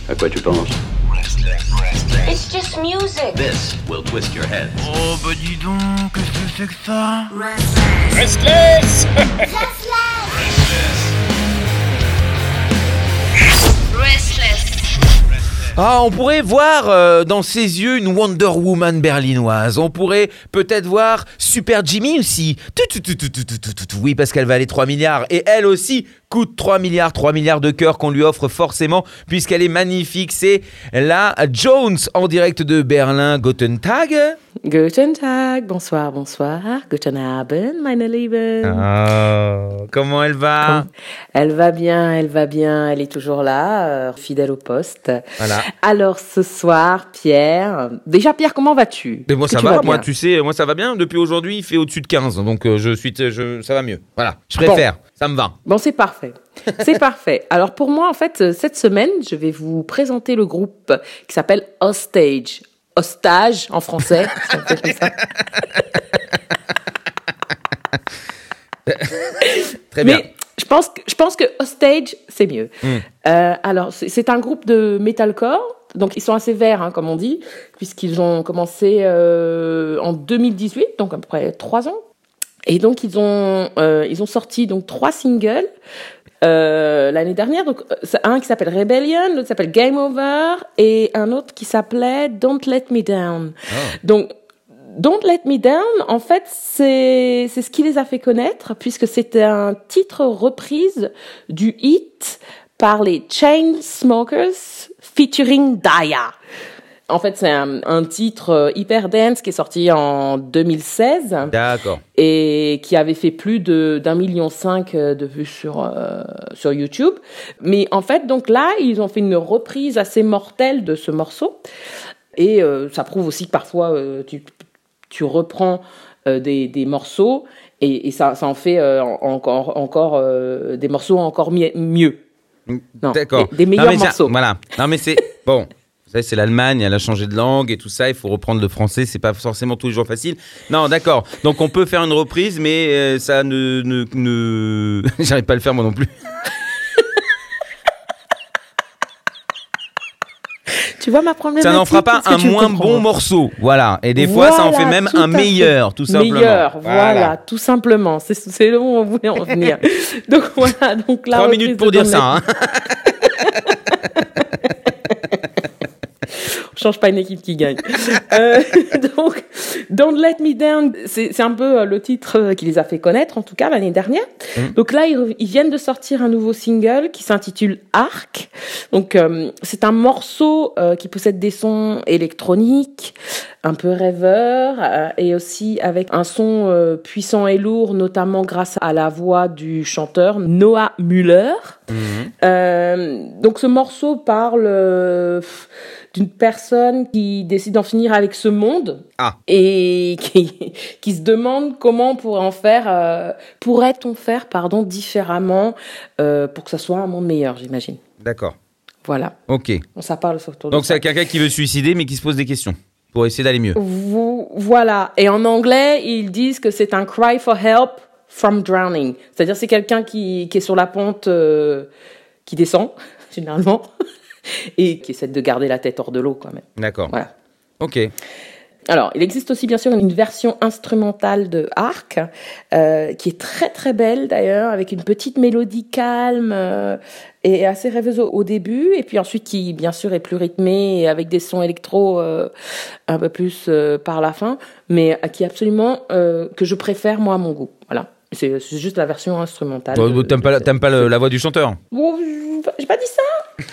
À quoi tu penses? It's just music. This will twist your head. Oh bah dis donc, qu'est-ce que c'est que ça? Restless. Ah, on pourrait voir dans ses yeux une Wonder Woman berlinoise. On pourrait peut-être voir Super Jimmy aussi. Oui, parce qu'elle va aller 3 milliards. Et elle aussi coûte 3 milliards. 3 milliards de cœurs qu'on lui offre forcément, puisqu'elle est magnifique. C'est la Jones en direct de Berlin. Guten Tag. Guten Tag, bonsoir, Guten Abend, meine Lieben. Oh, comment elle va? Elle va bien, elle est toujours là, fidèle au poste. Voilà. Alors ce soir, Pierre, comment vas-tu? Mais moi ça va, moi tu sais, moi ça va bien. Depuis aujourd'hui, il fait au-dessus de 15, donc ça va mieux. Voilà, je préfère, ça me va. Bon, c'est parfait. C'est parfait. Alors pour moi, en fait, cette semaine, je vais vous présenter le groupe qui s'appelle Hostage. Hostage en français. Comme ça. Très bien. Mais je pense que Hostage, c'est mieux. Alors, c'est un groupe de metalcore. Donc, ils sont assez verts, hein, comme on dit, puisqu'ils ont commencé en 2018, donc à peu près 3 ans. Et donc, ils ont sorti donc 3 singles. L'année dernière, donc un qui s'appelle Rebellion, l'autre s'appelle Game Over et un autre qui s'appelait Don't Let Me Down. Oh. Donc Don't Let Me Down, en fait, c'est ce qui les a fait connaître puisque c'était un titre reprise du hit par les Chainsmokers featuring Daya. En fait, c'est un titre hyper dance qui est sorti en 2016. D'accord. Et qui avait fait plus d'1,5 million de vues sur YouTube. Mais en fait, donc là, ils ont fait une reprise assez mortelle de ce morceau. Et ça prouve aussi que parfois, tu reprends des morceaux et ça en fait encore des morceaux encore mieux. Non, d'accord. Des meilleurs morceaux. Voilà. Non, mais c'est bon. Vous savez, c'est l'Allemagne, elle a changé de langue et tout ça, il faut reprendre le français, c'est pas forcément tous les jours facile. Non, d'accord. Donc on peut faire une reprise, mais ça ne... J'arrive pas à le faire moi non plus. Tu vois ma problématique. Ça n'en fera pas un moins bon morceau, voilà. Et des fois, ça en fait même un meilleur, tout simplement. Meilleur, voilà, tout simplement. C'est là où on voulait en venir. Donc voilà, donc là. 3 minutes pour dire ça, hein. On change pas une équipe qui gagne. Donc, Don't Let Me Down, c'est un peu le titre qui les a fait connaître, en tout cas, l'année dernière. Donc là, ils viennent de sortir un nouveau single qui s'intitule Arc. Donc, c'est un morceau qui possède des sons électroniques, un peu rêveurs, et aussi avec un son puissant et lourd, notamment grâce à la voix du chanteur Noah Müller. Donc, ce morceau parle d'une personne qui décide d'en finir avec ce monde et qui se demande comment on pourrait pourrait-on faire différemment pour que ça soit un monde meilleur, j'imagine. D'accord. Voilà. Ok. Ça parle surtout. Donc c'est quelqu'un qui veut se suicider mais qui se pose des questions pour essayer d'aller mieux. Voilà. Et en anglais, ils disent que c'est un cry for help from drowning. C'est-à-dire c'est quelqu'un qui est sur la pente, qui descend généralement. Et qui essaie de garder la tête hors de l'eau quand même. D'accord. Voilà. Ok. Alors, il existe aussi bien sûr une version instrumentale de Arc, qui est très très belle d'ailleurs, avec une petite mélodie calme et assez rêveuse au début, et puis ensuite qui bien sûr est plus rythmée et avec des sons électro un peu plus par la fin, mais qui est absolument que je préfère moi à mon goût. Voilà. C'est juste la version instrumentale. T'aimes pas la voix du chanteur? Bon, j'ai pas dit ça.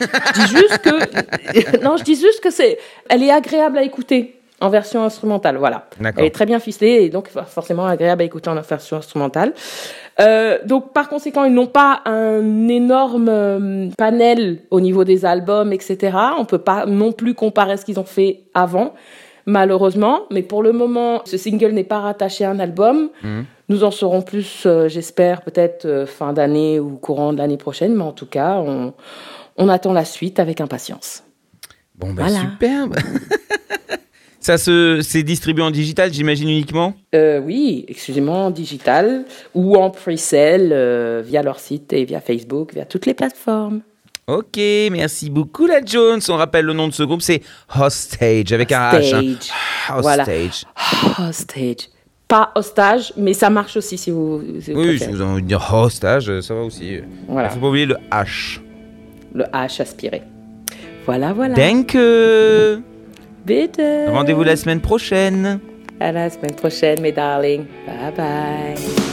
Je dis juste que elle est agréable à écouter en version instrumentale, voilà. D'accord. Elle est très bien ficelée et donc forcément agréable à écouter en version instrumentale. Donc par conséquent, ils n'ont pas un énorme panel au niveau des albums, etc. On peut pas non plus comparer ce qu'ils ont fait avant, malheureusement. Mais pour le moment, ce single n'est pas rattaché à un album. Nous en saurons plus, j'espère, peut-être fin d'année ou courant de l'année prochaine. Mais en tout cas, on attend la suite avec impatience. Bon, voilà. Superbe. Ça c'est distribué en digital, j'imagine, uniquement? Oui, exclusivement en digital ou en pre-sale via leur site et via Facebook, via toutes les plateformes. Ok, merci beaucoup la Jones. On rappelle le nom de ce groupe, c'est Hostage, avec un H. Hostage. Voilà. Hostage. Hostage. Pas hostage, mais ça marche aussi si vous Oui, préférez. si vous avez envie de dire hostage, ça va aussi. Voilà. Il faut pas oublier le H. Le H aspiré. Voilà. Danke. Bitte. Rendez-vous la semaine prochaine. À la semaine prochaine, mes darlings. Bye bye.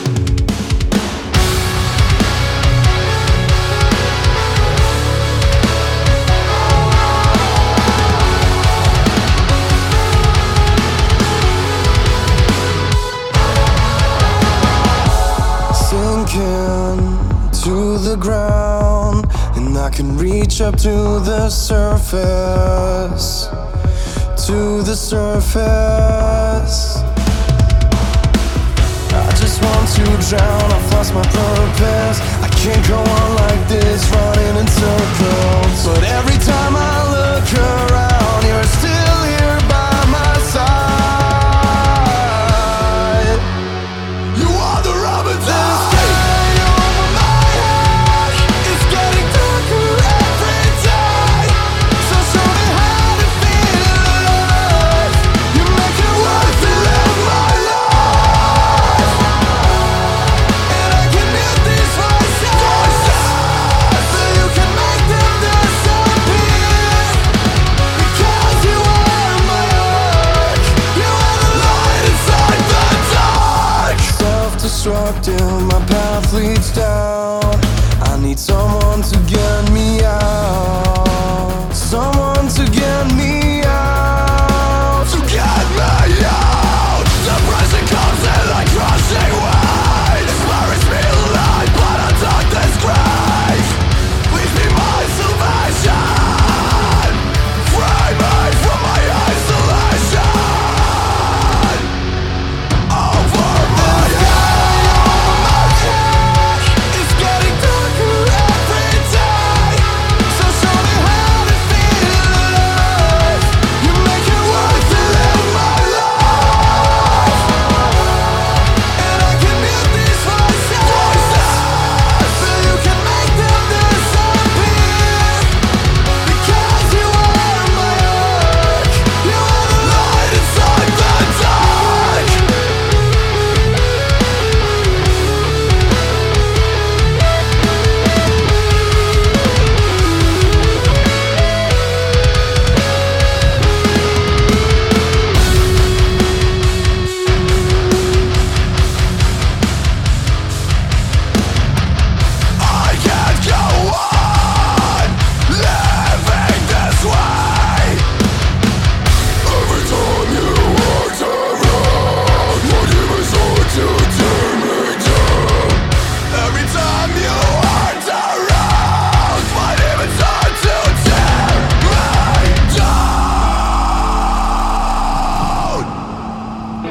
Sinking to the ground, and I can reach up to the surface, to the surface. I just want to drown, I've lost my purpose. I can't go on like this, running in circles. But every time I look around, you're still here by my side. You are the rubber dance. Self-destructive, my path leads down. I need someone to get me out. Someone to get me out. To get me out. Depression comes in like crushing waves. It buries me alive, but I dug this grave. Leave me my salvation. Free me from my isolation. Over my it's getting darker every day. So show me how to feel alive. You make it worth to live my life. And I can mute these voices, so you can make them disappear. Because you are my arc. You are the light inside the dark. I can't go on living this way. Every time you are around, my demons start to tear me down. Every time you are around, my demons start to tear me down.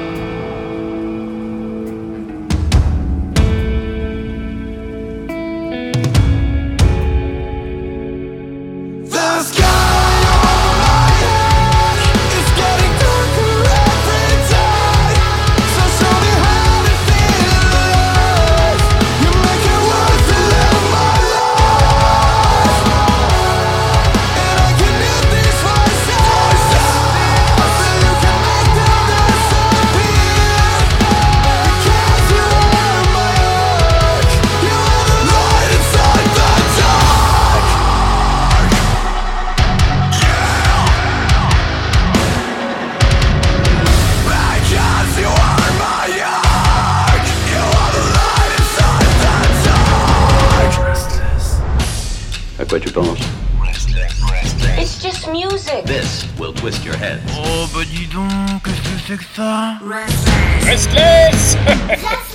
The sky over my head is getting darker every day. So show me how to feel alive. You make it worth to live my life. And I can mute these voices, so you can make them disappear. Because you are my arc. You are the light inside the dark. Because you are my arc. You are the light inside the dark. À quoi tu penses? It's just music. This will twist your head. Oh bah dis donc, qu'est-ce que c'est que ça? Restless. Just